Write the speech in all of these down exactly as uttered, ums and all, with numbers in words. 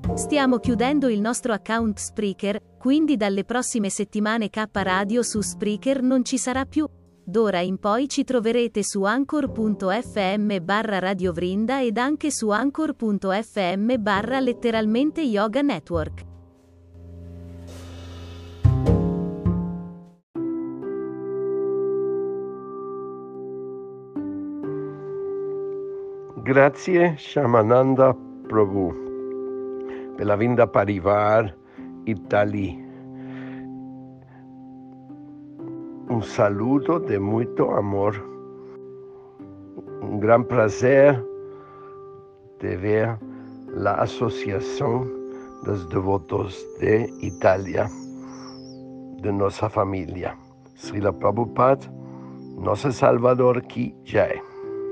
Stiamo chiudendo il nostro account Spreaker, quindi dalle prossime settimane K Radio su Spreaker non ci sarà più. D'ora in poi ci troverete su anchor punto effe emme barra Radio Vrinda ed anche su anchor punto effe emme barra letteralmente Yoga Network. Grazie Shamananda Prabhu per la Vrinda Parivar Italia. Un saludo de mucho amor. Un gran placer de ver la Asociación de los Devotos de Italia, de nuestra familia. Srila Prabhupada, nuestro Salvador Ki Jai.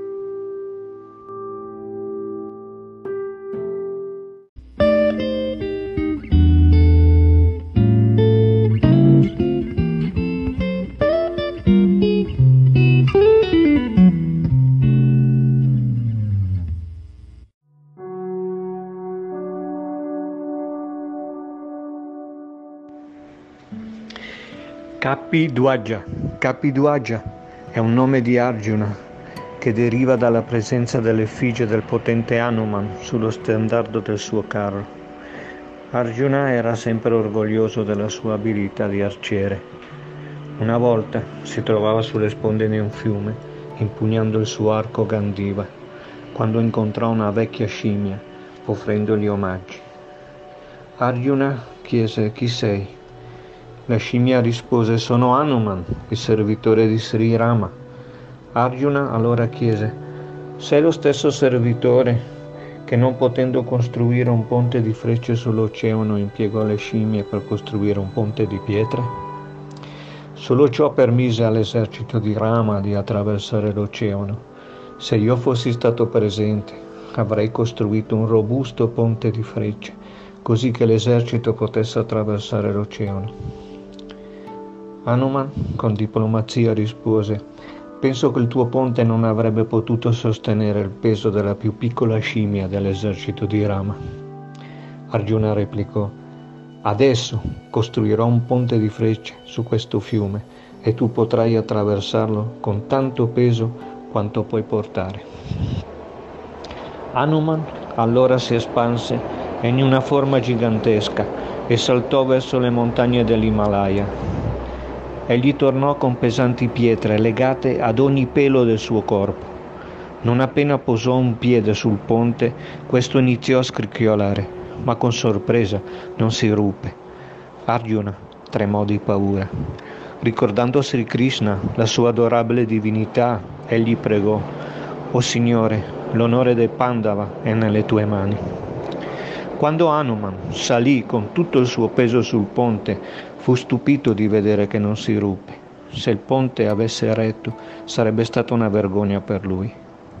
Kapidwaja. Kapidwaja è un nome di Arjuna che deriva dalla presenza dell'effigie del potente Hanuman sullo stendardo del suo carro. Arjuna era sempre orgoglioso della sua abilità di arciere. Una volta si trovava sulle sponde di un fiume, impugnando il suo arco Gandiva, quando incontrò una vecchia scimmia, offrendogli omaggi. Arjuna chiese: "Chi sei?" La scimmia rispose: "Sono Hanuman, il servitore di Sri Rama." Arjuna allora chiese: "Sei lo stesso servitore che, non potendo costruire un ponte di frecce sull'oceano, impiegò le scimmie per costruire un ponte di pietre?" Solo ciò permise all'esercito di Rama di attraversare l'oceano. Se io fossi stato presente, avrei costruito un robusto ponte di frecce, così che l'esercito potesse attraversare l'oceano. Hanuman con diplomazia rispose: "Penso che il tuo ponte non avrebbe potuto sostenere il peso della più piccola scimmia dell'esercito di Rama." Arjuna replicò: "Adesso costruirò un ponte di frecce su questo fiume e tu potrai attraversarlo con tanto peso quanto puoi portare." Hanuman allora si espanse in una forma gigantesca e saltò verso le montagne dell'Himalaya. Egli tornò con pesanti pietre legate ad ogni pelo del suo corpo. Non appena posò un piede sul ponte, questo iniziò a scricchiolare, ma con sorpresa non si ruppe. Arjuna tremò di paura. Ricordando Sri Krishna, la sua adorabile divinità, egli pregò: "O Signore, l'onore dei Pandava è nelle tue mani." Quando Hanuman salì con tutto il suo peso sul ponte, fu stupito di vedere che non si ruppe. Se il ponte avesse retto, sarebbe stata una vergogna per lui.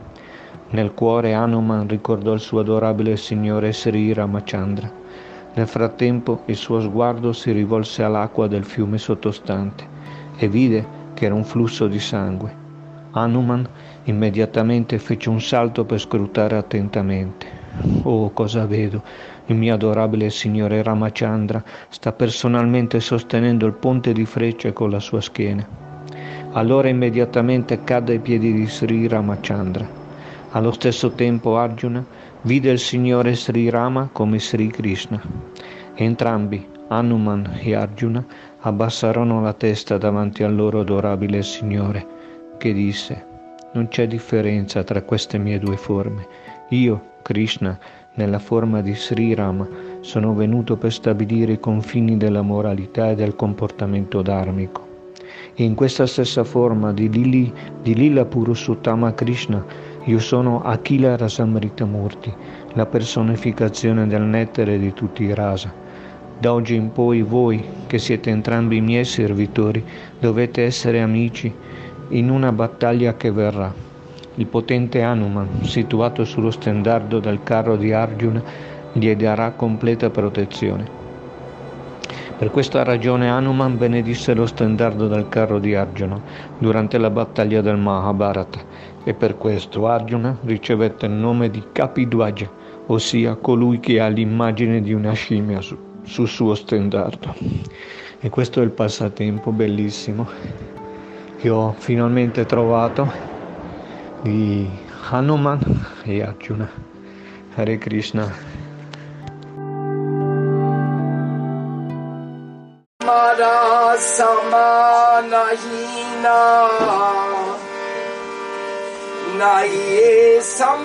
Nel cuore Hanuman ricordò il suo adorabile Signore Sri Ramachandra. Nel frattempo il suo sguardo si rivolse all'acqua del fiume sottostante e vide che era un flusso di sangue. Hanuman immediatamente fece un salto per scrutare attentamente. "Oh, cosa vedo? Il mio adorabile Signore Ramachandra sta personalmente sostenendo il ponte di frecce con la sua schiena." Allora immediatamente cadde ai piedi di Sri Ramachandra. Allo stesso tempo Arjuna vide il Signore Sri Rama come Sri Krishna. Entrambi, Hanuman e Arjuna, abbassarono la testa davanti al loro adorabile Signore, che disse: "Non c'è differenza tra queste mie due forme. Io, Krishna, nella forma di Sri Rama, sono venuto per stabilire i confini della moralità e del comportamento dharmico. E in questa stessa forma di, Lili, di Lila Purushottama Krishna, io sono Akhila Rasamrita Murti, la personificazione del nettare di tutti i rasa. Da oggi in poi voi, che siete entrambi i miei servitori, dovete essere amici in una battaglia che verrà." Il potente Hanuman, situato sullo stendardo del carro di Arjuna, gli darà completa protezione. Per questa ragione Hanuman benedisse lo stendardo del carro di Arjuna durante la battaglia del Mahabharata, e per questo Arjuna ricevette il nome di Kapidwaja, ossia colui che ha l'immagine di una scimmia su, sul suo stendardo. E questo è il passatempo bellissimo che ho finalmente trovato di Hanuman e Arjuna. Hare Krishna. Mara samanahina naiye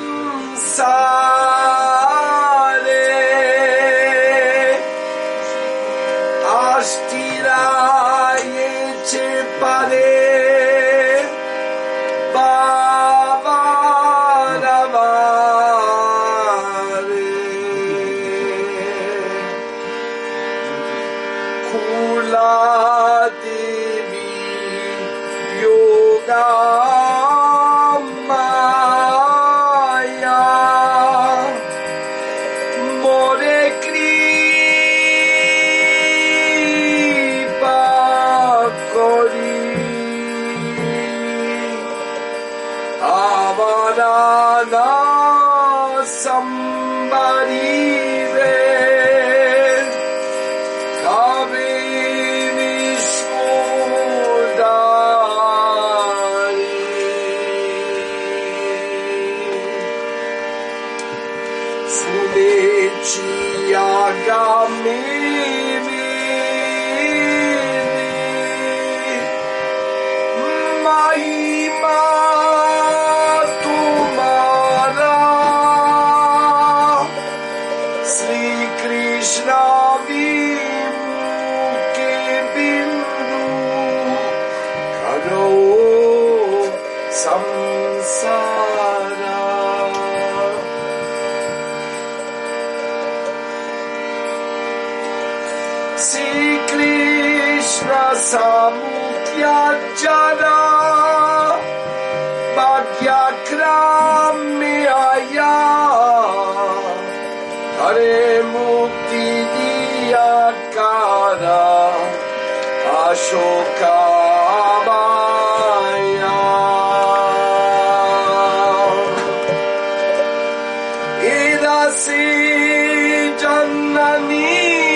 samsare ashtiraye chepare Samutyajana Bhagyakrami Aya Hare Mukti Diyakara Ashoka Maya Idasi Jannani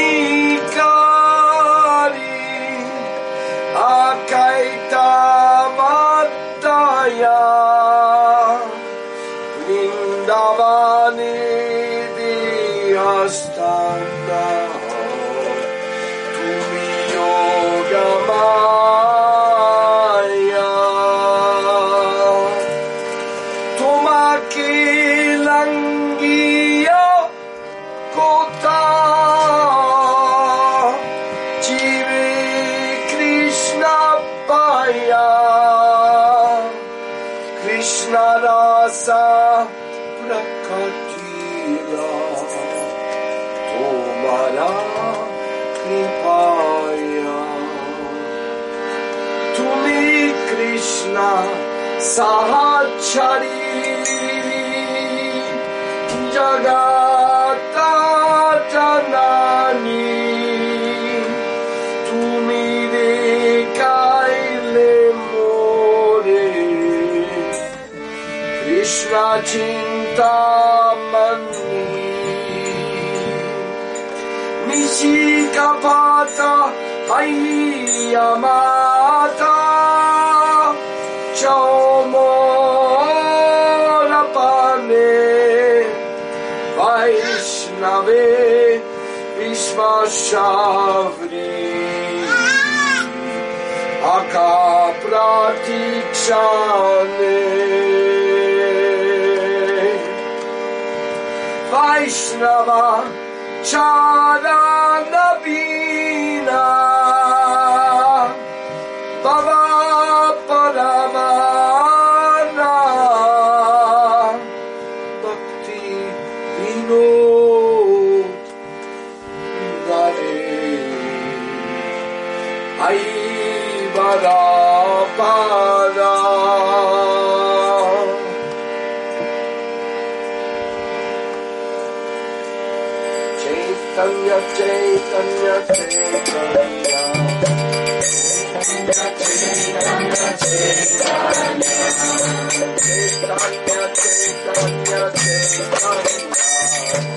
Sahachari Jagata Janani Tumi Dekai le more Krishna Chintamani Nishikapata Hayamata Vaishnave Vishvashavri Akapratikshane Vaishnava Charanabhina Baba Paramana Bhakti Vinod Dare Ai Bada Pada Chaitanya Chaitanya Chaitanya Chaitanya Chaitanya Chaitanya Chaitanya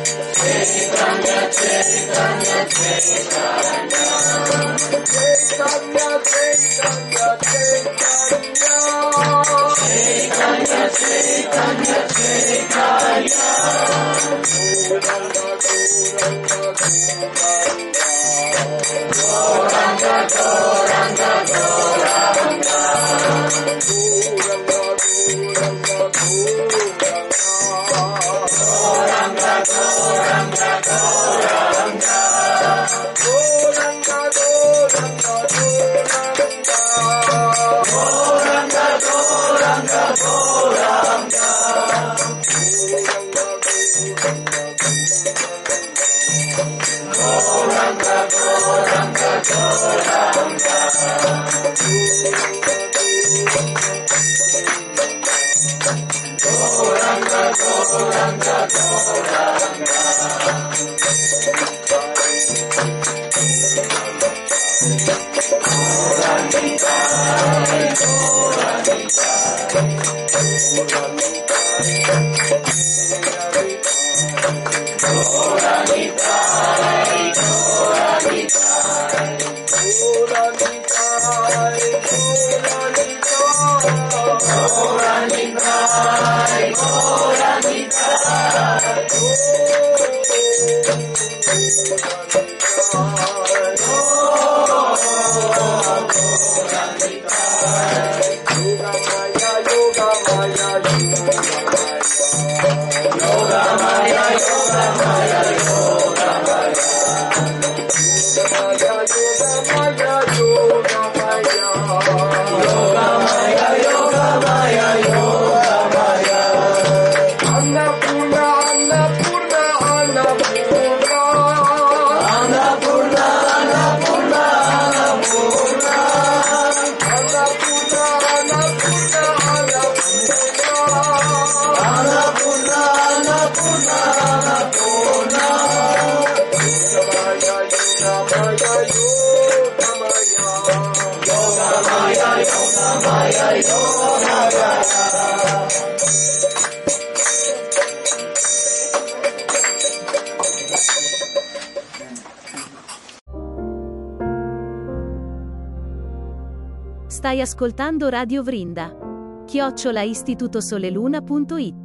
Stai ascoltando Radio Vrinda. chiocciola istitutosoleluna punto it.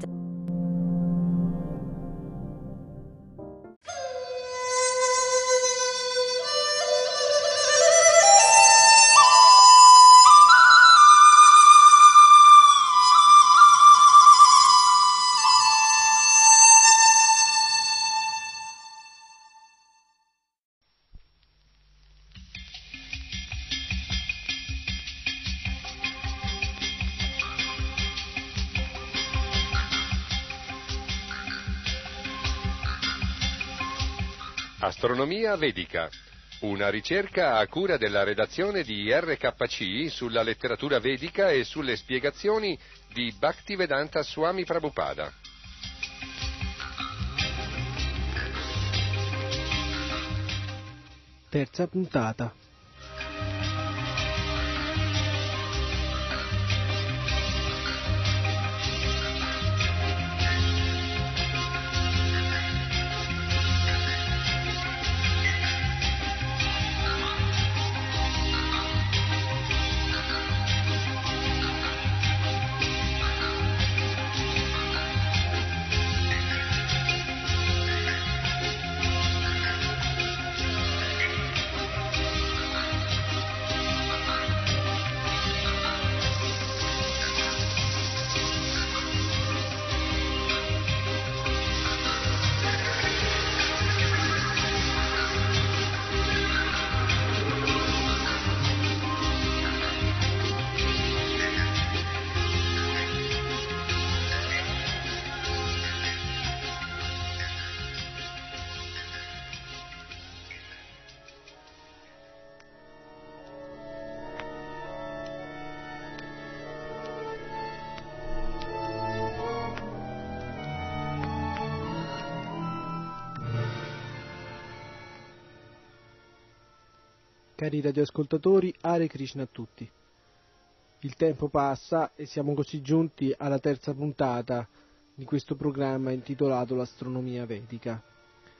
Astronomia Vedica, una ricerca a cura della redazione di R K C sulla letteratura vedica e sulle spiegazioni di Bhaktivedanta Swami Prabhupada. Terza puntata. Cari radioascoltatori, Hare Krishna a tutti. Il tempo passa e siamo così giunti alla terza puntata di questo programma intitolato L'Astronomia Vedica.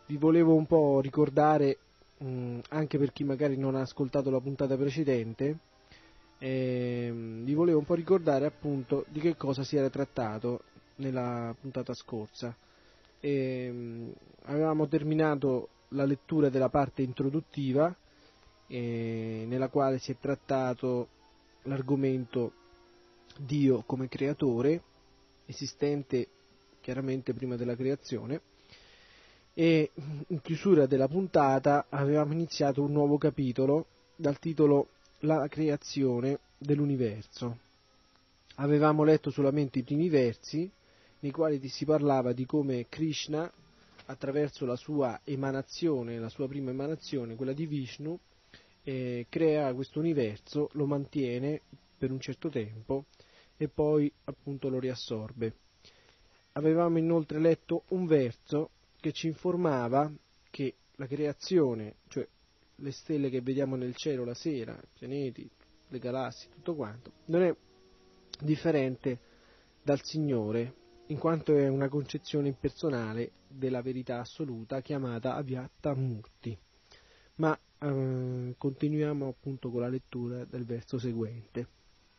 vi volevo un po' ricordare, mh, anche per chi magari non ha ascoltato la puntata precedente, ehm, vi volevo un po' ricordare appunto di che cosa si era trattato nella puntata scorsa. Ehm, avevamo terminato la lettura della parte introduttiva, eh, nella quale si è trattato l'argomento Dio come creatore, esistente chiaramente prima della creazione, e in chiusura della puntata avevamo iniziato un nuovo capitolo dal titolo La creazione dell'universo. Avevamo letto solamente i primi versi, nei quali si parlava di come Krishna, attraverso la sua emanazione, la sua prima emanazione, quella di Vishnu, eh, crea questo universo, lo mantiene per un certo tempo e poi appunto lo riassorbe. Avevamo inoltre letto un verso che ci informava che la creazione, cioè le stelle che vediamo nel cielo la sera, i pianeti, le galassie, tutto quanto, non è differente dal Signore, in quanto è una concezione impersonale della verità assoluta chiamata Avyakta Murti. Ma eh, continuiamo appunto con la lettura del verso seguente.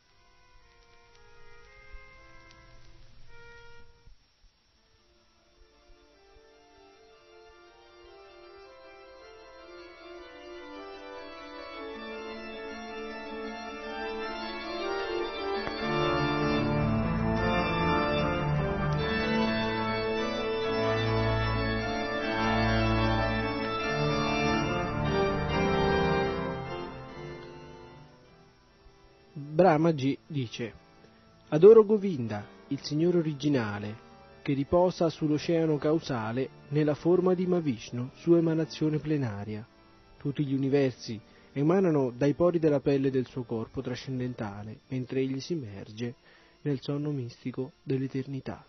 Brahmaji dice: adoro Govinda, il Signore originale, che riposa sull'oceano causale nella forma di Mahavishnu, sua emanazione plenaria. Tutti gli universi emanano dai pori della pelle del suo corpo trascendentale, mentre egli si immerge nel sonno mistico dell'eternità.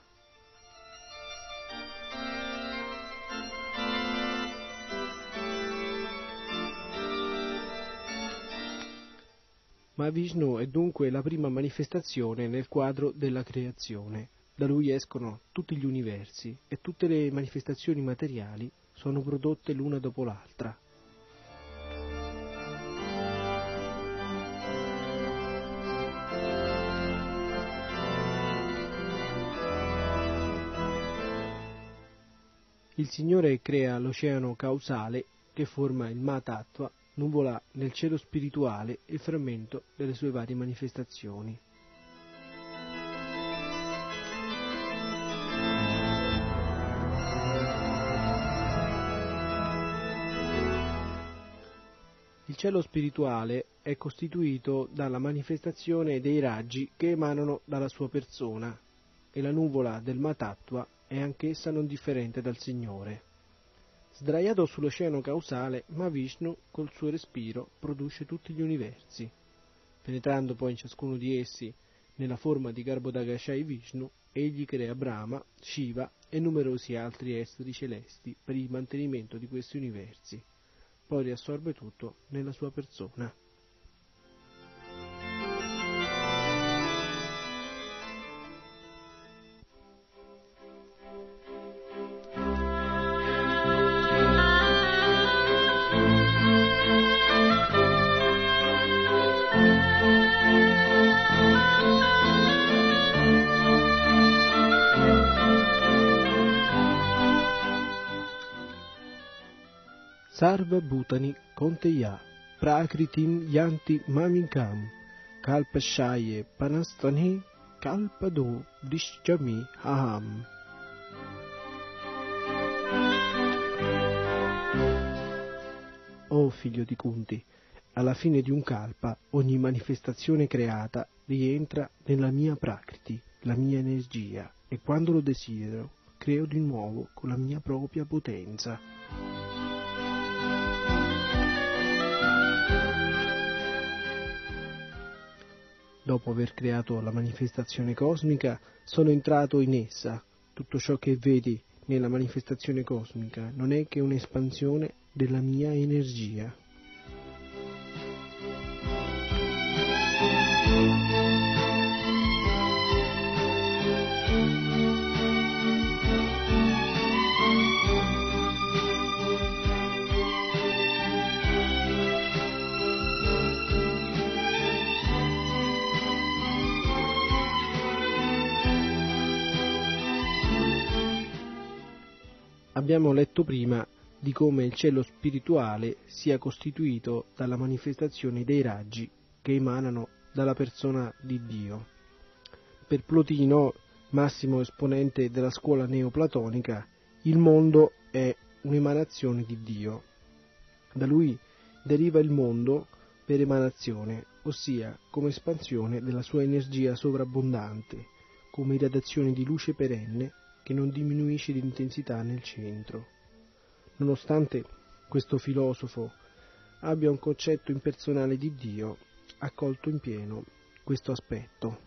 Ma Vishnu è dunque la prima manifestazione nel quadro della creazione. Da lui escono tutti gli universi e tutte le manifestazioni materiali sono prodotte l'una dopo l'altra. Il Signore crea l'oceano causale che forma il Mahatattva, nuvola nel cielo spirituale il frammento delle sue varie manifestazioni. Il cielo spirituale è costituito dalla manifestazione dei raggi che emanano dalla sua persona, e la nuvola del Mahatattva è anch'essa non differente dal Signore. Sdraiato sull'oceano causale, Mahavishnu col suo respiro produce tutti gli universi. Penetrando poi in ciascuno di essi nella forma di Garbhodakashayi Vishnu, egli crea Brahma, Shiva e numerosi altri esseri celesti per il mantenimento di questi universi. Poi riassorbe tutto nella sua persona. Sarva Bhutani Konteya Prakritim Yanti Mamikam Kalpashaye Panastane Kalpado Dishchami Aham. O figlio di Kunti, alla fine di un kalpa ogni manifestazione creata rientra nella mia prakriti, la mia energia, e quando lo desidero creo di nuovo con la mia propria potenza. Dopo aver creato la manifestazione cosmica, sono entrato in essa. Tutto ciò che vedi nella manifestazione cosmica non è che un'espansione della mia energia. Abbiamo letto prima di come il cielo spirituale sia costituito dalla manifestazione dei raggi che emanano dalla persona di Dio. Per Plotino, massimo esponente della scuola neoplatonica, il mondo è un'emanazione di Dio. Da lui deriva il mondo per emanazione, ossia come espansione della sua energia sovrabbondante, come irradiazione di luce perenne che non diminuisce di intensità nel centro. Nonostante questo filosofo abbia un concetto impersonale di Dio, ha colto in pieno questo aspetto.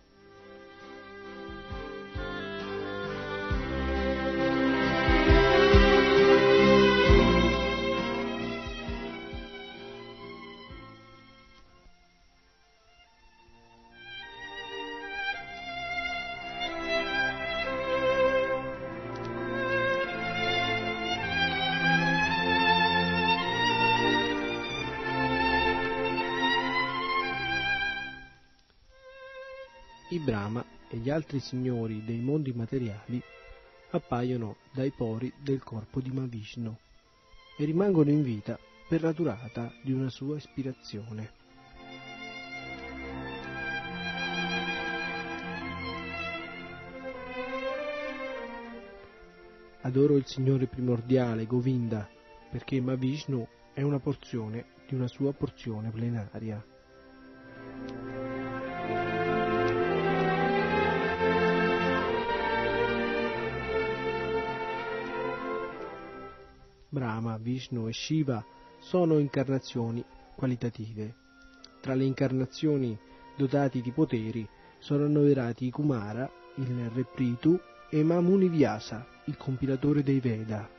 I Brahma e gli altri signori dei mondi materiali appaiono dai pori del corpo di Mahavishnu e rimangono in vita per la durata di una sua ispirazione. Adoro il Signore primordiale Govinda perché Mahavishnu è una porzione di una sua porzione plenaria. Brahma, Vishnu e Shiva sono incarnazioni qualitative. Tra le incarnazioni dotati di poteri sono annoverati i Kumara, il re Prithu, e Mamuni Vyasa, il compilatore dei Veda.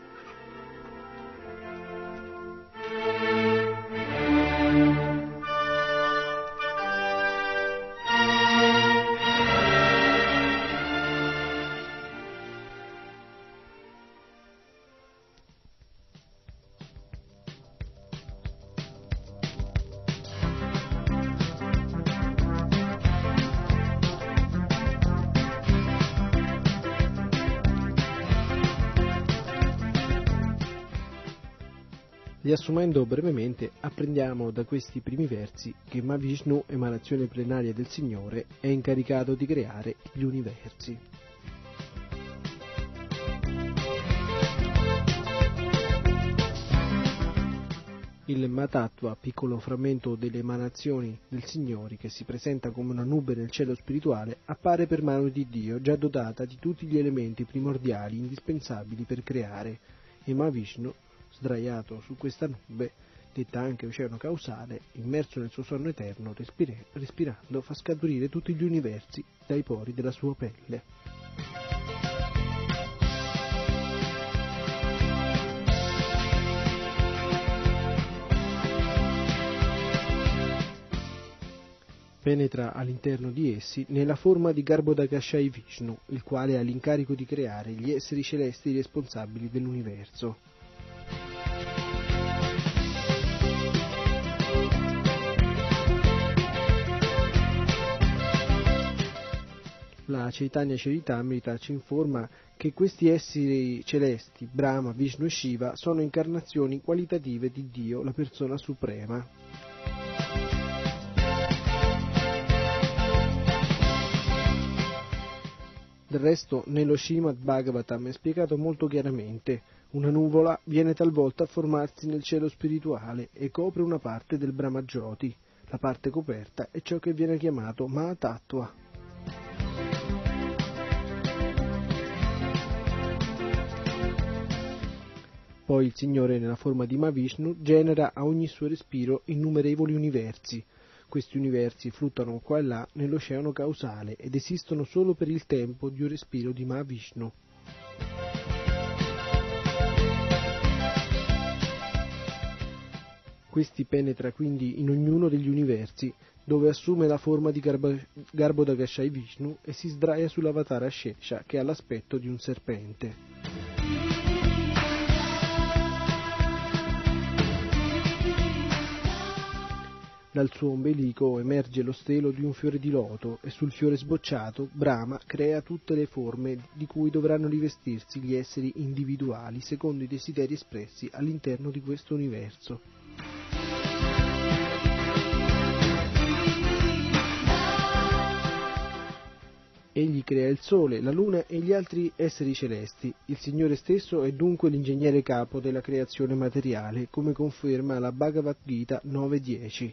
Riassumendo brevemente, apprendiamo da questi primi versi che Mahavishnu, emanazione plenaria del Signore, è incaricato di creare gli universi. Il Matattva, piccolo frammento delle emanazioni del Signore che si presenta come una nube nel cielo spirituale, appare per mano di Dio già dotata di tutti gli elementi primordiali indispensabili per creare, e Mahavishnu, sdraiato su questa nube, detta anche oceano causale, immerso nel suo sonno eterno, respire, respirando, fa scaturire tutti gli universi dai pori della sua pelle. Penetra all'interno di essi nella forma di Garbhodakashai Vishnu, il quale ha l'incarico di creare gli esseri celesti responsabili dell'universo. La Chaitanya Charitamrita ci informa che questi esseri celesti, Brahma, Vishnu e Shiva, sono incarnazioni qualitative di Dio, la persona suprema. Del resto, nello Srimad Bhagavatam è spiegato molto chiaramente: una nuvola viene talvolta a formarsi nel cielo spirituale e copre una parte del Brahma Jyoti. La parte coperta è ciò che viene chiamato Mahatattva. Poi il Signore, nella forma di Mahavishnu, genera a ogni suo respiro innumerevoli universi. Questi universi fluttuano qua e là nell'oceano causale ed esistono solo per il tempo di un respiro di Mahavishnu. Questi penetra quindi in ognuno degli universi, dove assume la forma di Garbhodakashai Vishnu e si sdraia sull'avatara Shesha, che ha l'aspetto di un serpente. Dal suo ombelico emerge lo stelo di un fiore di loto e sul fiore sbocciato Brahma crea tutte le forme di cui dovranno rivestirsi gli esseri individuali secondo i desideri espressi all'interno di questo universo. Egli crea il Sole, la Luna e gli altri esseri celesti. Il Signore stesso è dunque l'ingegnere capo della creazione materiale, come conferma la Bhagavad Gita nove dieci.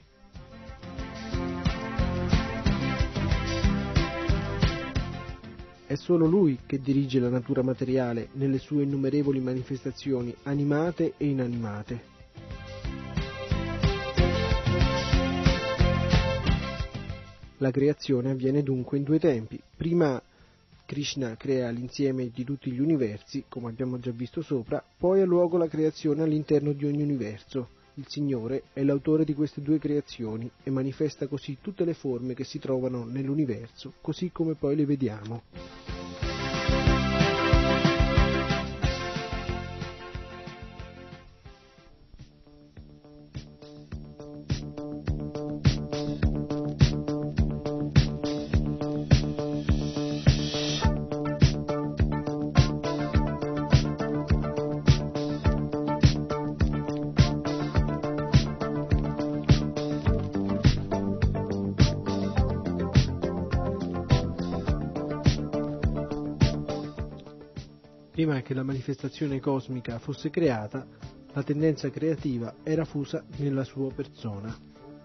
È solo Lui che dirige la natura materiale nelle sue innumerevoli manifestazioni animate e inanimate. La creazione avviene dunque in due tempi. Prima Krishna crea l'insieme di tutti gli universi, come abbiamo già visto sopra, poi ha luogo la creazione all'interno di ogni universo. Il Signore è l'autore di queste due creazioni e manifesta così tutte le forme che si trovano nell'universo, così come poi le vediamo. Prima che la manifestazione cosmica fosse creata, la tendenza creativa era fusa nella sua persona.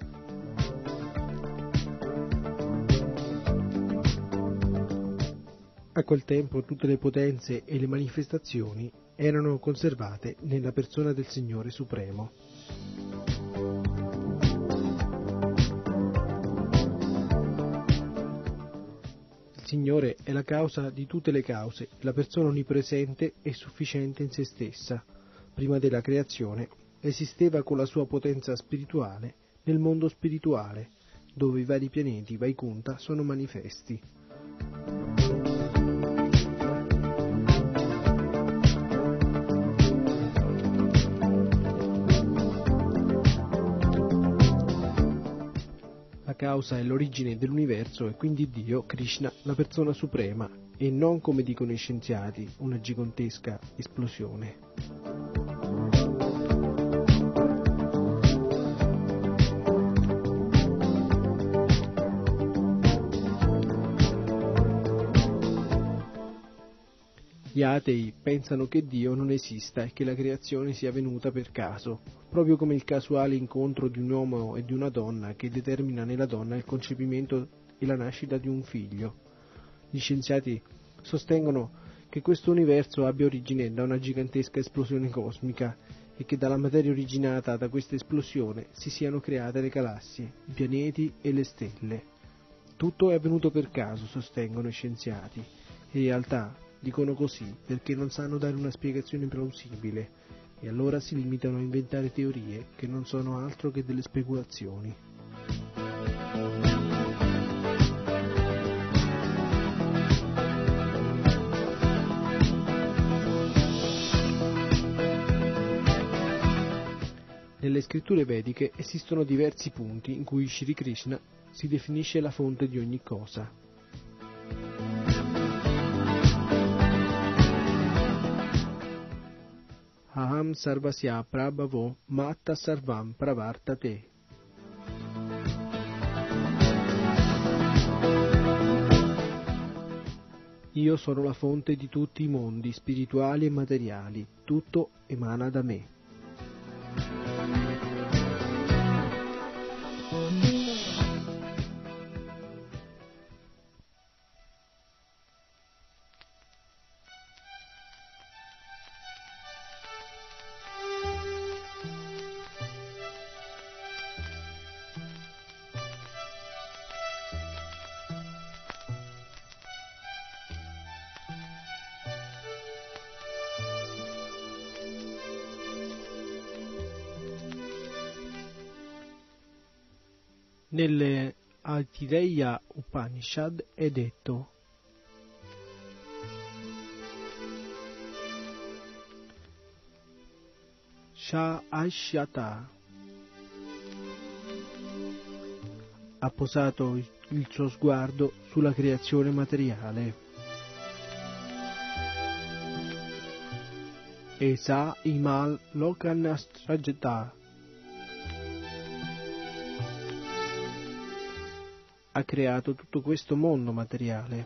A quel tempo tutte le potenze e le manifestazioni erano conservate nella persona del Signore Supremo. Il Signore è la causa di tutte le cause, la persona onnipresente e sufficiente in se stessa. Prima della creazione esisteva con la sua potenza spirituale nel mondo spirituale, dove i vari pianeti Vaikunta sono manifesti. La causa è l'origine dell'universo e quindi Dio, Krishna, la persona suprema, e non, come dicono i scienziati, una gigantesca esplosione. Gli atei pensano che Dio non esista e che la creazione sia venuta per caso, proprio come il casuale incontro di un uomo e di una donna che determina nella donna il concepimento e la nascita di un figlio. Gli scienziati sostengono che questo universo abbia origine da una gigantesca esplosione cosmica e che dalla materia originata da questa esplosione si siano create le galassie, i pianeti e le stelle. Tutto è avvenuto per caso, sostengono i scienziati, e in realtà dicono così perché non sanno dare una spiegazione plausibile e allora si limitano a inventare teorie che non sono altro che delle speculazioni. Nelle scritture vediche esistono diversi punti in cui Shri Krishna si definisce la fonte di ogni cosa. Aham sarvasya prabhavo matta sarvam pravartate. Io sono la fonte di tutti i mondi spirituali e materiali, tutto emana da me. Nelle Aitireya Upanishad è detto: Sha Ashyata ha posato il suo sguardo sulla creazione materiale. Esa imal lokanastrajata. Ha creato tutto questo mondo materiale.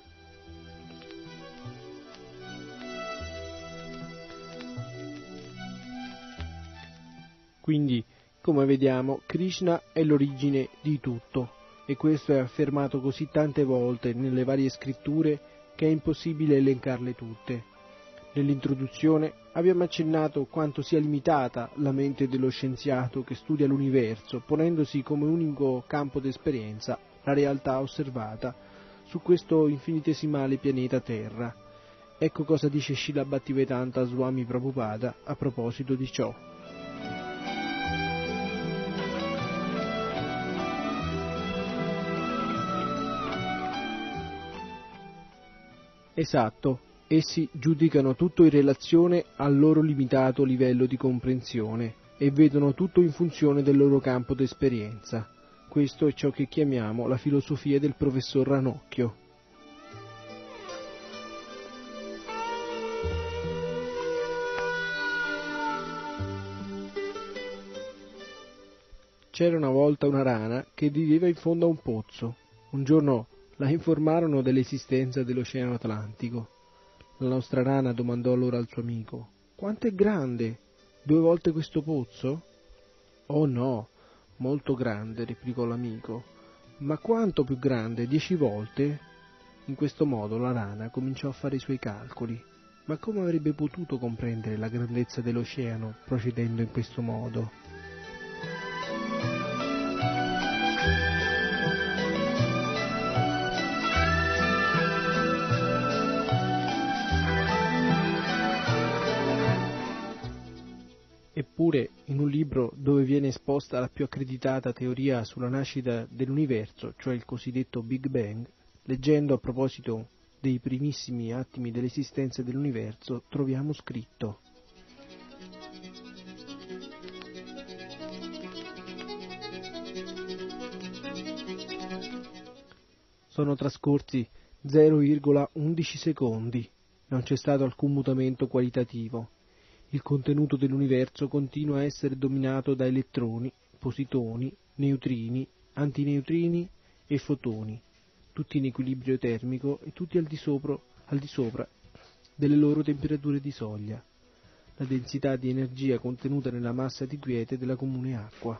Quindi, come vediamo, Krishna è l'origine di tutto, e questo è affermato così tante volte nelle varie scritture che è impossibile elencarle tutte. Nell'introduzione abbiamo accennato quanto sia limitata la mente dello scienziato che studia l'universo, ponendosi come unico campo d'esperienza la realtà osservata su questo infinitesimale pianeta Terra. Ecco cosa dice Srila Bhaktivedanta Swami Prabhupada a proposito di ciò. Esatto, essi giudicano tutto in relazione al loro limitato livello di comprensione e vedono tutto in funzione del loro campo d'esperienza. Questo è ciò che chiamiamo la filosofia del professor Ranocchio. C'era una volta una rana che viveva in fondo a un pozzo. Un giorno la informarono dell'esistenza dell'Oceano Atlantico. La nostra rana domandò allora al suo amico: «Quanto è grande? Due volte questo pozzo?» «Oh no, molto grande», replicò l'amico. «Ma quanto più grande? Dieci volte?» In questo modo la rana cominciò a fare i suoi calcoli. Ma come avrebbe potuto comprendere la grandezza dell'oceano procedendo in questo modo? Eppure, in un libro dove viene esposta la più accreditata teoria sulla nascita dell'universo, cioè il cosiddetto Big Bang, leggendo a proposito dei primissimi attimi dell'esistenza dell'universo, troviamo scritto: sono trascorsi zero virgola undici secondi, non c'è stato alcun mutamento qualitativo. Il contenuto dell'universo continua a essere dominato da elettroni, positoni, neutrini, antineutrini e fotoni, tutti in equilibrio termico e tutti al di sopra, al di sopra delle loro temperature di soglia, la densità di energia contenuta nella massa di quiete della comune acqua.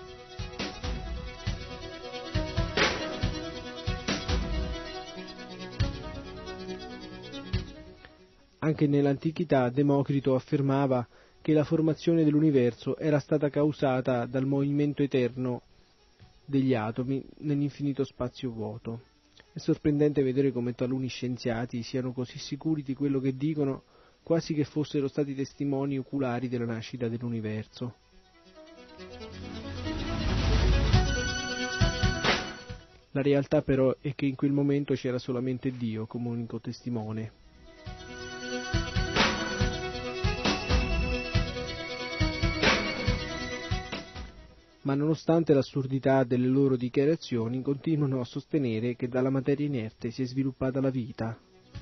Anche nell'antichità Democrito affermava che la formazione dell'universo era stata causata dal movimento eterno degli atomi nell'infinito spazio vuoto. È sorprendente vedere come taluni scienziati siano così sicuri di quello che dicono, quasi che fossero stati testimoni oculari della nascita dell'universo. La realtà però è che in quel momento c'era solamente Dio come unico testimone. Ma nonostante l'assurdità delle loro dichiarazioni, continuano a sostenere che dalla materia inerte si è sviluppata la vita.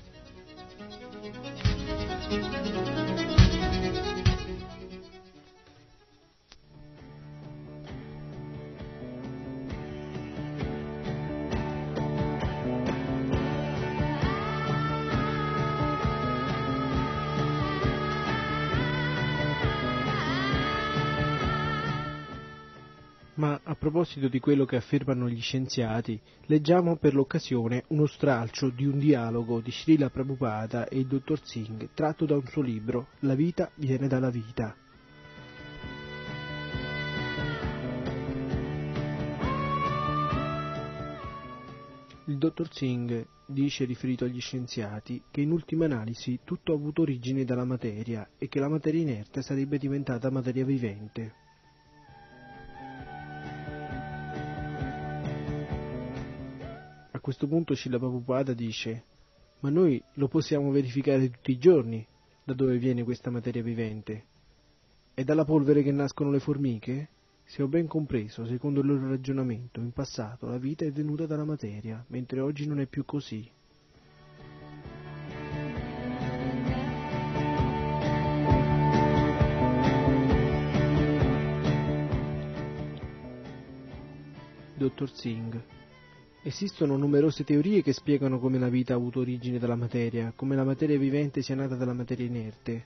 Ma a proposito di quello che affermano gli scienziati, leggiamo per l'occasione uno stralcio di un dialogo di Srila Prabhupada e il dottor Singh tratto da un suo libro, La vita viene dalla vita. Il dottor Singh dice, riferito agli scienziati, che in ultima analisi tutto ha avuto origine dalla materia e che la materia inerte sarebbe diventata materia vivente. A questo punto Srila Prabhupada dice: ma noi lo possiamo verificare tutti i giorni da dove viene questa materia vivente. È dalla polvere che nascono le formiche? Se ho ben compreso, secondo il loro ragionamento, in passato la vita è venuta dalla materia, mentre oggi non è più così. Dottor Singh. Esistono numerose teorie che spiegano come la vita ha avuto origine dalla materia, come la materia vivente sia nata dalla materia inerte.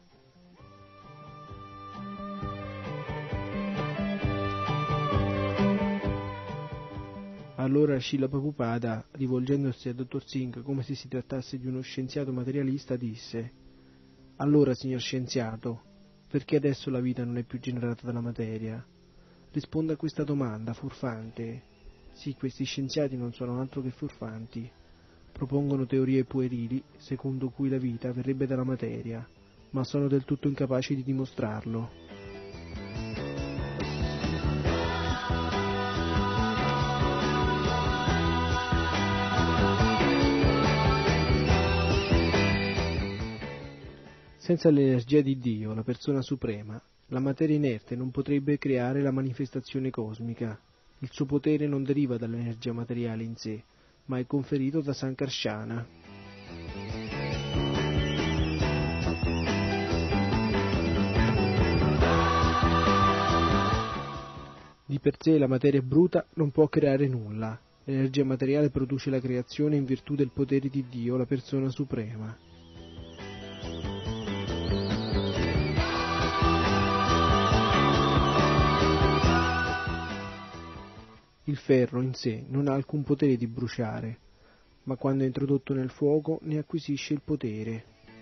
Allora Srila Prabhupada, rivolgendosi a Dottor Singh come se si trattasse di uno scienziato materialista, disse: «Allora, signor scienziato, perché adesso la vita non è più generata dalla materia? Risponda a questa domanda, furfante». Sì, questi scienziati non sono altro che furfanti. Propongono teorie puerili, secondo cui la vita verrebbe dalla materia, ma sono del tutto incapaci di dimostrarlo. Senza l'energia di Dio, la persona suprema, la materia inerte non potrebbe creare la manifestazione cosmica. Il suo potere non deriva dall'energia materiale in sé, ma è conferito da Sankarsana. Di per sé la materia bruta non può creare nulla. L'energia materiale produce la creazione in virtù del potere di Dio, la persona suprema. Il ferro in sé non ha alcun potere di bruciare, ma quando è introdotto nel fuoco ne acquisisce il potere.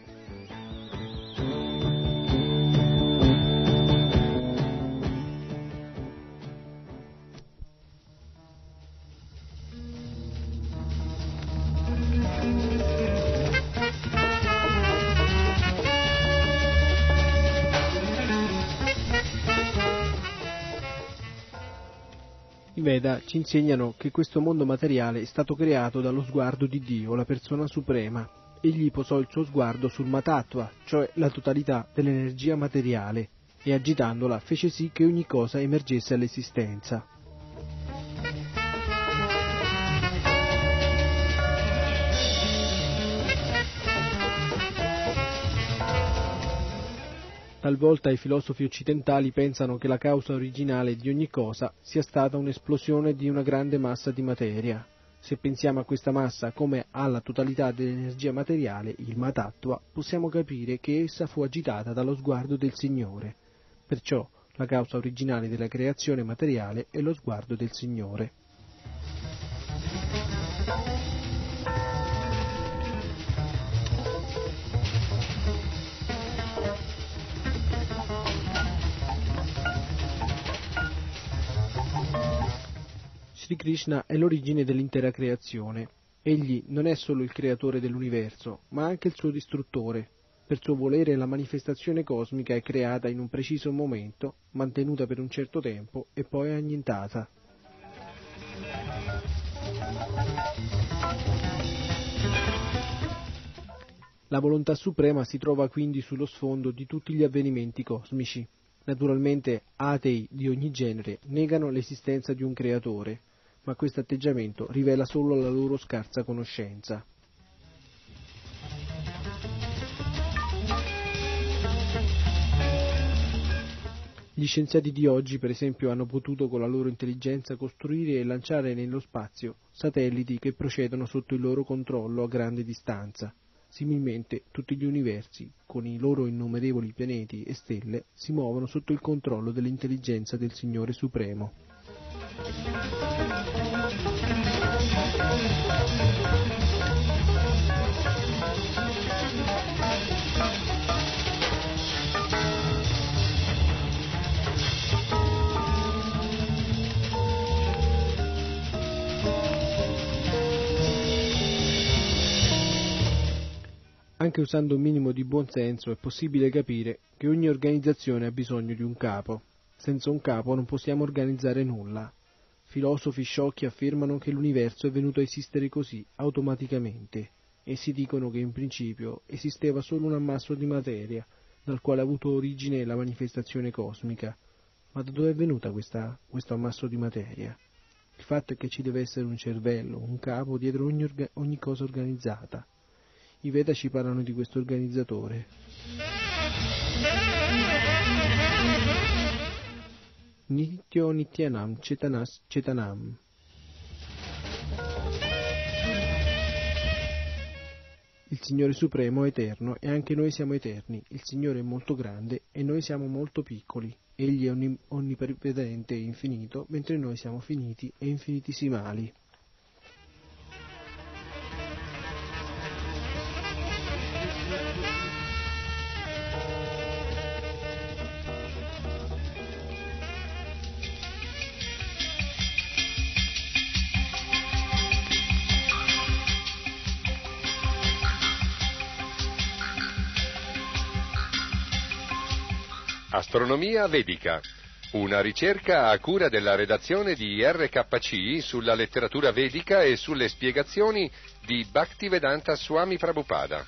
I Veda ci insegnano che questo mondo materiale è stato creato dallo sguardo di Dio, la persona suprema. Egli posò il suo sguardo sul Matattva, cioè la totalità dell'energia materiale, e agitandola fece sì che ogni cosa emergesse all'esistenza. Talvolta i filosofi occidentali pensano che la causa originale di ogni cosa sia stata un'esplosione di una grande massa di materia. Se pensiamo a questa massa come alla totalità dell'energia materiale, il Matattva, possiamo capire che essa fu agitata dallo sguardo del Signore. Perciò la causa originale della creazione materiale è lo sguardo del Signore. Sri Krishna è l'origine dell'intera creazione. Egli non è solo il creatore dell'universo, ma anche il suo distruttore. Per suo volere la manifestazione cosmica è creata in un preciso momento, mantenuta per un certo tempo e poi annientata. La volontà suprema si trova quindi sullo sfondo di tutti gli avvenimenti cosmici. Naturalmente atei di ogni genere negano l'esistenza di un creatore, ma questo atteggiamento rivela solo la loro scarsa conoscenza. Gli scienziati di oggi, per esempio, hanno potuto con la loro intelligenza costruire e lanciare nello spazio satelliti che procedono sotto il loro controllo a grande distanza. Similmente, tutti gli universi, con i loro innumerevoli pianeti e stelle, si muovono sotto il controllo dell'intelligenza del Signore Supremo. Anche usando un minimo di buonsenso è possibile capire che ogni organizzazione ha bisogno di un capo. Senza un capo non possiamo organizzare nulla. Filosofi sciocchi affermano che l'universo è venuto a esistere così, automaticamente. Essi dicono che in principio esisteva solo un ammasso di materia, dal quale ha avuto origine la manifestazione cosmica. Ma da dove è venuta questa, questo ammasso di materia? Il fatto è che ci deve essere un cervello, un capo dietro ogni, orga- ogni cosa organizzata. I Veda ci parlano di questo organizzatore. Nityo Nityanam Chetanas Chetanam. Il Signore Supremo è eterno e anche noi siamo eterni. Il Signore è molto grande e noi siamo molto piccoli. Egli è onnim- onniprevedente e infinito, mentre noi siamo finiti e infinitesimali. Astronomia Vedica, una ricerca a cura della redazione di R K C sulla letteratura vedica e sulle spiegazioni di Bhaktivedanta Swami Prabhupada.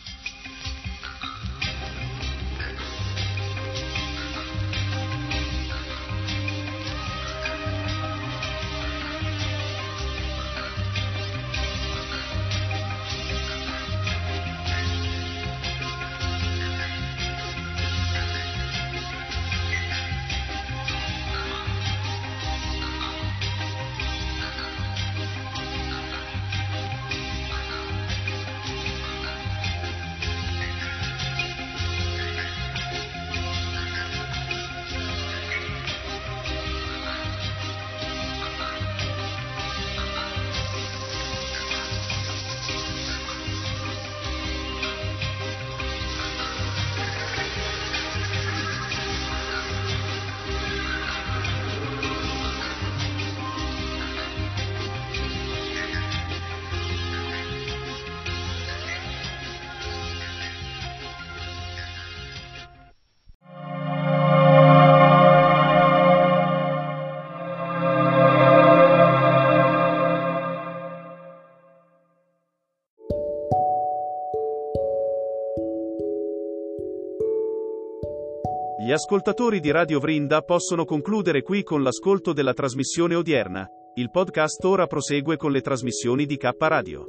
Gli ascoltatori di Radio Vrinda possono concludere qui con l'ascolto della trasmissione odierna. Il podcast ora prosegue con le trasmissioni di K Radio.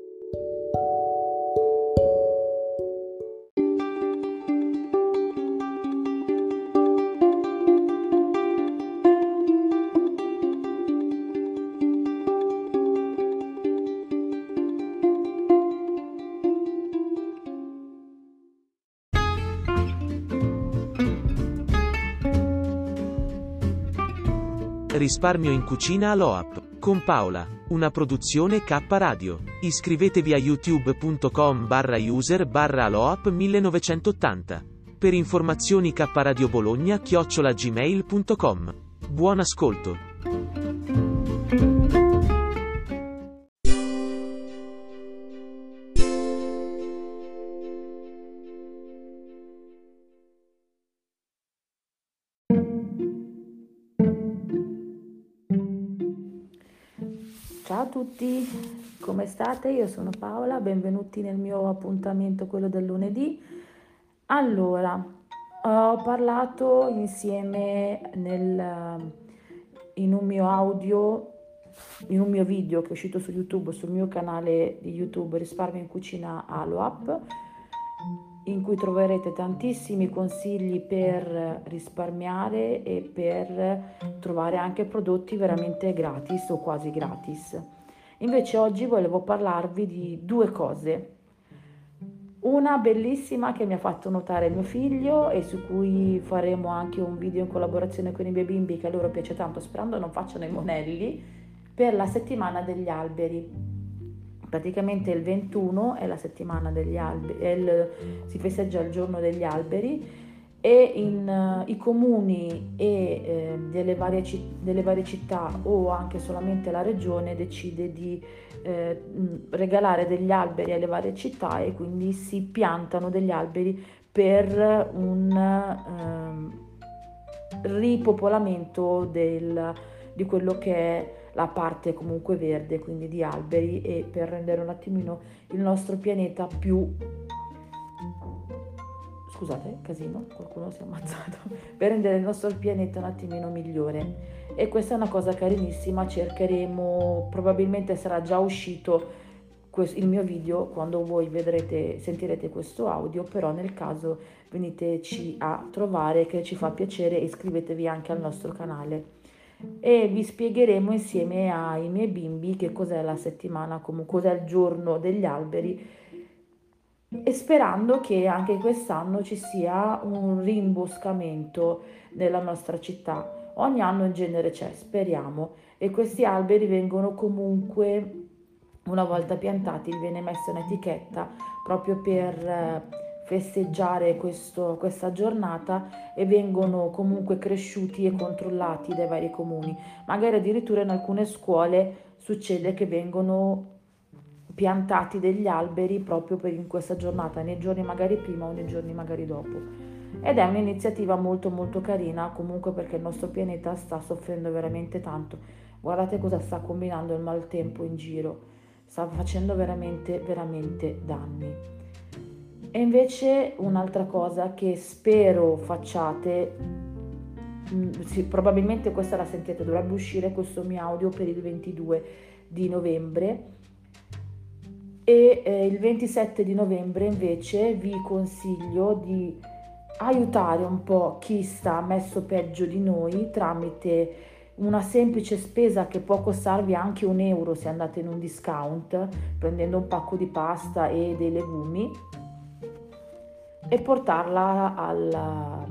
Risparmio in cucina all'O A P. Con Paola. Una produzione K Radio. Iscrivetevi a youtube.com barra user barra aloap millenovecentottanta. Per informazioni K Radio Bologna chiocciola gmail punto com. Buon ascolto. Ciao a tutti, come state? Io sono Paola, benvenuti nel mio appuntamento, quello del lunedì. Allora, ho parlato insieme nel, in un mio audio, in un mio video che è uscito su YouTube, sul mio canale di YouTube Risparmio in Cucina Aloap, in cui troverete tantissimi consigli per risparmiare e per trovare anche prodotti veramente gratis o quasi gratis. Invece oggi volevo parlarvi di due cose. Una bellissima che mi ha fatto notare mio figlio e su cui faremo anche un video in collaborazione con i miei bimbi che a loro piace tanto, sperando non facciano i monelli, per la settimana degli alberi. Praticamente il ventuno è la settimana degli alberi, è il, si festeggia il giorno degli alberi e in, uh, i comuni e eh, delle, varie, delle varie città o anche solamente la regione decide di eh, regalare degli alberi alle varie città e quindi si piantano degli alberi per un eh, ripopolamento del, di quello che è la parte comunque verde, quindi di alberi, e per rendere un attimino il nostro pianeta più, scusate, casino, qualcuno si è ammazzato, per rendere il nostro pianeta un attimino migliore. E questa è una cosa carinissima, cercheremo, probabilmente sarà già uscito il mio video quando voi vedrete, sentirete questo audio, però nel caso veniteci a trovare, che ci fa piacere, iscrivetevi anche al nostro canale e vi spiegheremo insieme ai miei bimbi che cos'è la settimana, come cos'è il giorno degli alberi, e sperando che anche quest'anno ci sia un rimboscamento nella nostra città. Ogni anno in genere c'è, speriamo, e questi alberi vengono comunque, una volta piantati, viene messa un'etichetta proprio per festeggiare questo, questa giornata, e vengono comunque cresciuti e controllati dai vari comuni. Magari addirittura in alcune scuole succede che vengono piantati degli alberi proprio per in questa giornata, nei giorni magari prima o nei giorni magari dopo. Ed è un'iniziativa molto molto carina, comunque, perché il nostro pianeta sta soffrendo veramente tanto. Guardate cosa sta combinando il maltempo in giro, sta facendo veramente veramente danni. E invece un'altra cosa che spero facciate, mh, sì, probabilmente questa la sentite, dovrebbe uscire questo mio audio per il ventidue di novembre, e eh, il ventisette di novembre invece vi consiglio di aiutare un po' chi sta messo peggio di noi tramite una semplice spesa che può costarvi anche un euro se andate in un discount, prendendo un pacco di pasta e dei legumi, e portarla al,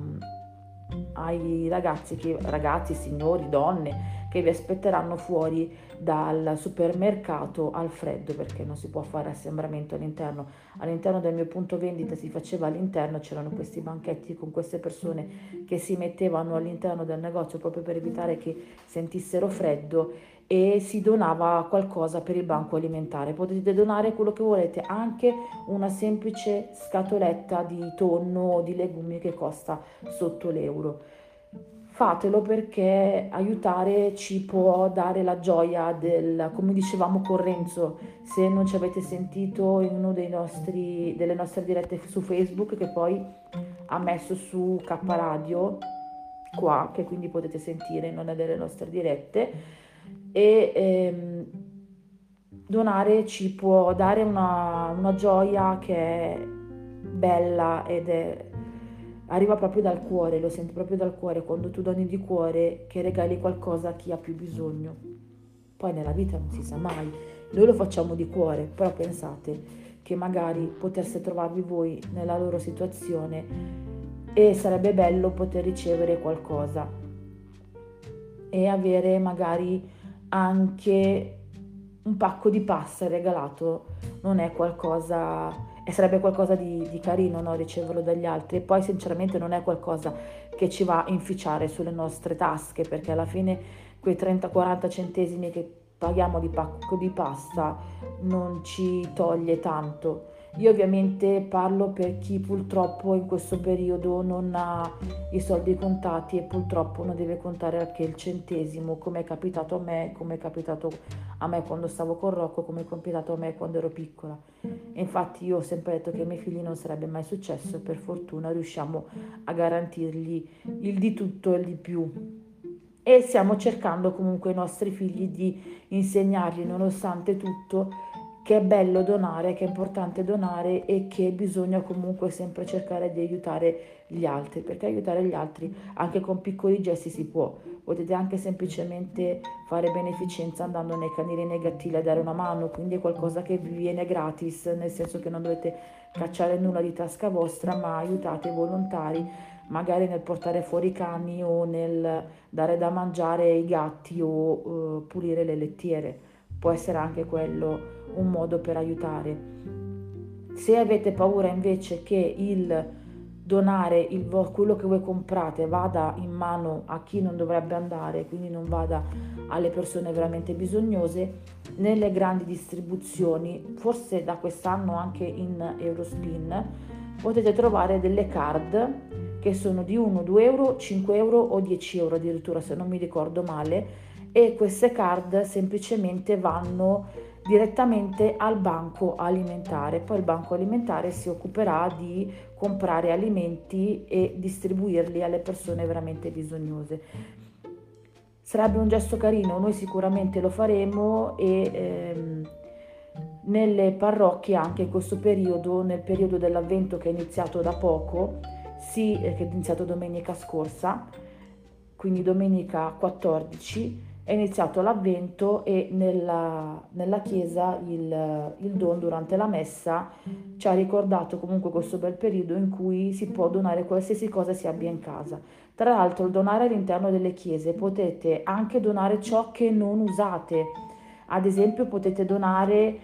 ai ragazzi, che, ragazzi, signori, donne che vi aspetteranno fuori dal supermercato al freddo, perché non si può fare assembramento all'interno. All'interno del mio punto vendita si faceva all'interno, c'erano questi banchetti con queste persone che si mettevano all'interno del negozio proprio per evitare che sentissero freddo, e si donava qualcosa per il banco alimentare. Potete donare quello che volete, anche una semplice scatoletta di tonno o di legumi che costa sotto l'euro. Fatelo, perché aiutare ci può dare la gioia del, come dicevamo con Renzo, se non ci avete sentito in uno dei nostri, delle nostre dirette su Facebook, che poi ha messo su K Radio qua, che quindi potete sentire in una delle nostre dirette, e ehm, donare ci può dare una, una gioia che è bella ed è arriva proprio dal cuore, lo senti proprio dal cuore quando tu doni di cuore, che regali qualcosa a chi ha più bisogno. Poi nella vita non si sa mai, noi lo facciamo di cuore, però pensate che magari poteste trovarvi voi nella loro situazione e sarebbe bello poter ricevere qualcosa e avere magari anche un pacco di pasta regalato. Non è qualcosa, e sarebbe qualcosa di, di carino, no? Riceverlo dagli altri. E poi sinceramente non è qualcosa che ci va a inficiare sulle nostre tasche, perché alla fine quei trenta quaranta centesimi che paghiamo di pacco di pasta non ci toglie tanto. Io ovviamente parlo per chi purtroppo in questo periodo non ha i soldi contati e purtroppo non deve contare anche il centesimo, come è capitato a me, come è capitato a me quando stavo con Rocco, come è capitato a me quando ero piccola. E infatti io ho sempre detto che ai miei figli non sarebbe mai successo, e per fortuna riusciamo a garantirgli il di tutto e il di più. E stiamo cercando comunque ai nostri figli di insegnargli, nonostante tutto, che è bello donare, che è importante donare e che bisogna comunque sempre cercare di aiutare gli altri, perché aiutare gli altri anche con piccoli gesti si può. Potete anche semplicemente fare beneficenza andando nei canili negativi a dare una mano, quindi è qualcosa che vi viene gratis, nel senso che non dovete cacciare nulla di tasca vostra, ma aiutate i volontari, magari nel portare fuori i cani o nel dare da mangiare ai gatti o uh, pulire le lettiere. Può essere anche quello un modo per aiutare. Se avete paura invece che il donare il vo- quello che voi comprate vada in mano a chi non dovrebbe andare, quindi non vada alle persone veramente bisognose, nelle grandi distribuzioni, forse da quest'anno anche in Eurospin, potete trovare delle card che sono di uno, due euro, cinque euro o dieci euro addirittura, se non mi ricordo male, e queste card semplicemente vanno direttamente al banco alimentare. Poi il banco alimentare si occuperà di comprare alimenti e distribuirli alle persone veramente bisognose. Sarebbe un gesto carino, noi sicuramente lo faremo e ehm, nelle parrocchie anche in questo periodo, nel periodo dell'Avvento che è iniziato da poco, sì, che è iniziato domenica scorsa, quindi domenica quattordici, è iniziato l'Avvento e nella, nella chiesa il, il Don durante la messa ci ha ricordato comunque questo bel periodo in cui si può donare qualsiasi cosa si abbia in casa. Tra l'altro, il donare all'interno delle chiese potete anche donare ciò che non usate. Ad esempio potete donare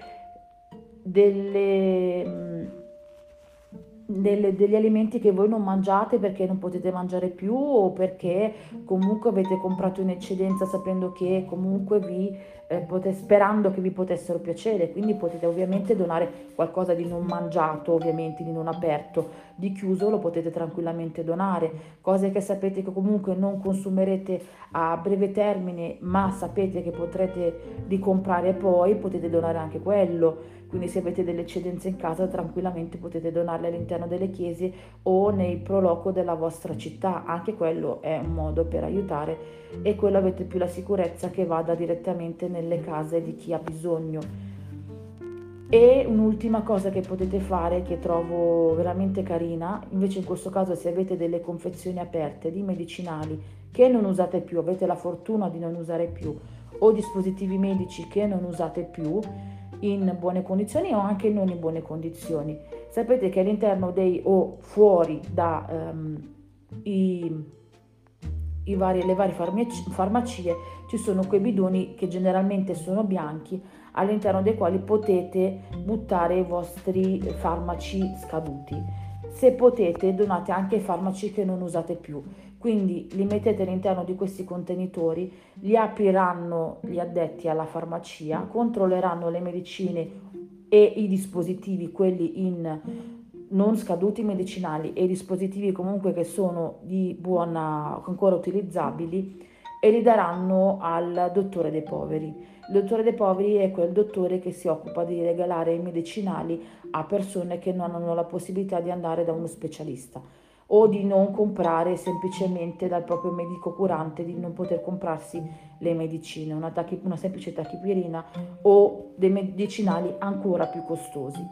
delle, delle, degli alimenti che voi non mangiate perché non potete mangiare più o perché comunque avete comprato in eccedenza sapendo che comunque vi eh, pote, sperando che vi potessero piacere, quindi potete ovviamente donare qualcosa di non mangiato, ovviamente di non aperto, di chiuso lo potete tranquillamente donare, cose che sapete che comunque non consumerete a breve termine ma sapete che potrete ricomprare poi, potete donare anche quello. Quindi se avete delle eccedenze in casa tranquillamente potete donarle all'interno delle chiese o nei proloco della vostra città, anche quello è un modo per aiutare e quello avete più la sicurezza che vada direttamente nelle case di chi ha bisogno. E un'ultima cosa che potete fare che trovo veramente carina, invece in questo caso se avete delle confezioni aperte di medicinali che non usate più, avete la fortuna di non usare più, o dispositivi medici che non usate più in buone condizioni o anche non in buone condizioni, sapete che all'interno dei o fuori da um, i, i vari, le varie farmacie, farmacie ci sono quei bidoni che generalmente sono bianchi all'interno dei quali potete buttare i vostri farmaci scaduti. Se potete donate anche i farmaci che non usate più, quindi li mettete all'interno di questi contenitori, li apriranno gli addetti alla farmacia, controlleranno le medicine e i dispositivi, quelli in non scaduti medicinali e i dispositivi comunque che sono di buona, ancora utilizzabili, e li daranno al dottore dei poveri. Il dottore dei poveri è quel dottore che si occupa di regalare i medicinali a persone che non hanno la possibilità di andare da uno specialista o di non comprare semplicemente dal proprio medico curante, di non poter comprarsi le medicine, una, tachi, una semplice tachipirina o dei medicinali ancora più costosi.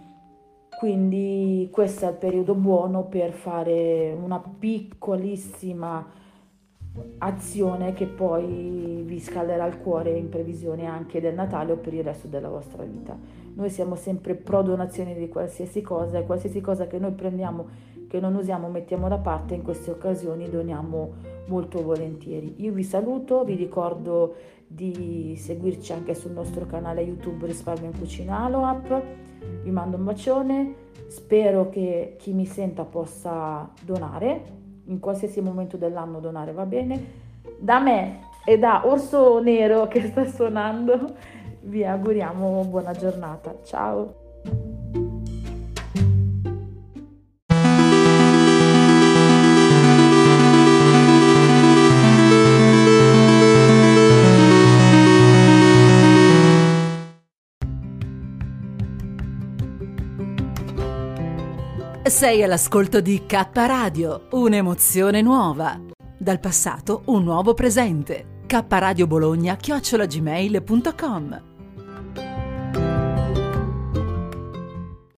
Quindi questo è il periodo buono per fare una piccolissima azione che poi vi scalderà il cuore in previsione anche del Natale o per il resto della vostra vita. Noi siamo sempre pro donazione di qualsiasi cosa e qualsiasi cosa che noi prendiamo, che non usiamo, mettiamo da parte, in queste occasioni doniamo molto volentieri. Io vi saluto, vi ricordo di seguirci anche sul nostro canale YouTube Risparmio in Cucina Aloap, vi mando un bacione, spero che chi mi senta possa donare, in qualsiasi momento dell'anno donare va bene. Da me e da Orso Nero che sta suonando vi auguriamo buona giornata, ciao! Sei all'ascolto di K Radio, un'emozione nuova. Dal passato un nuovo presente. K Radio Bologna chiocciola gmail punto com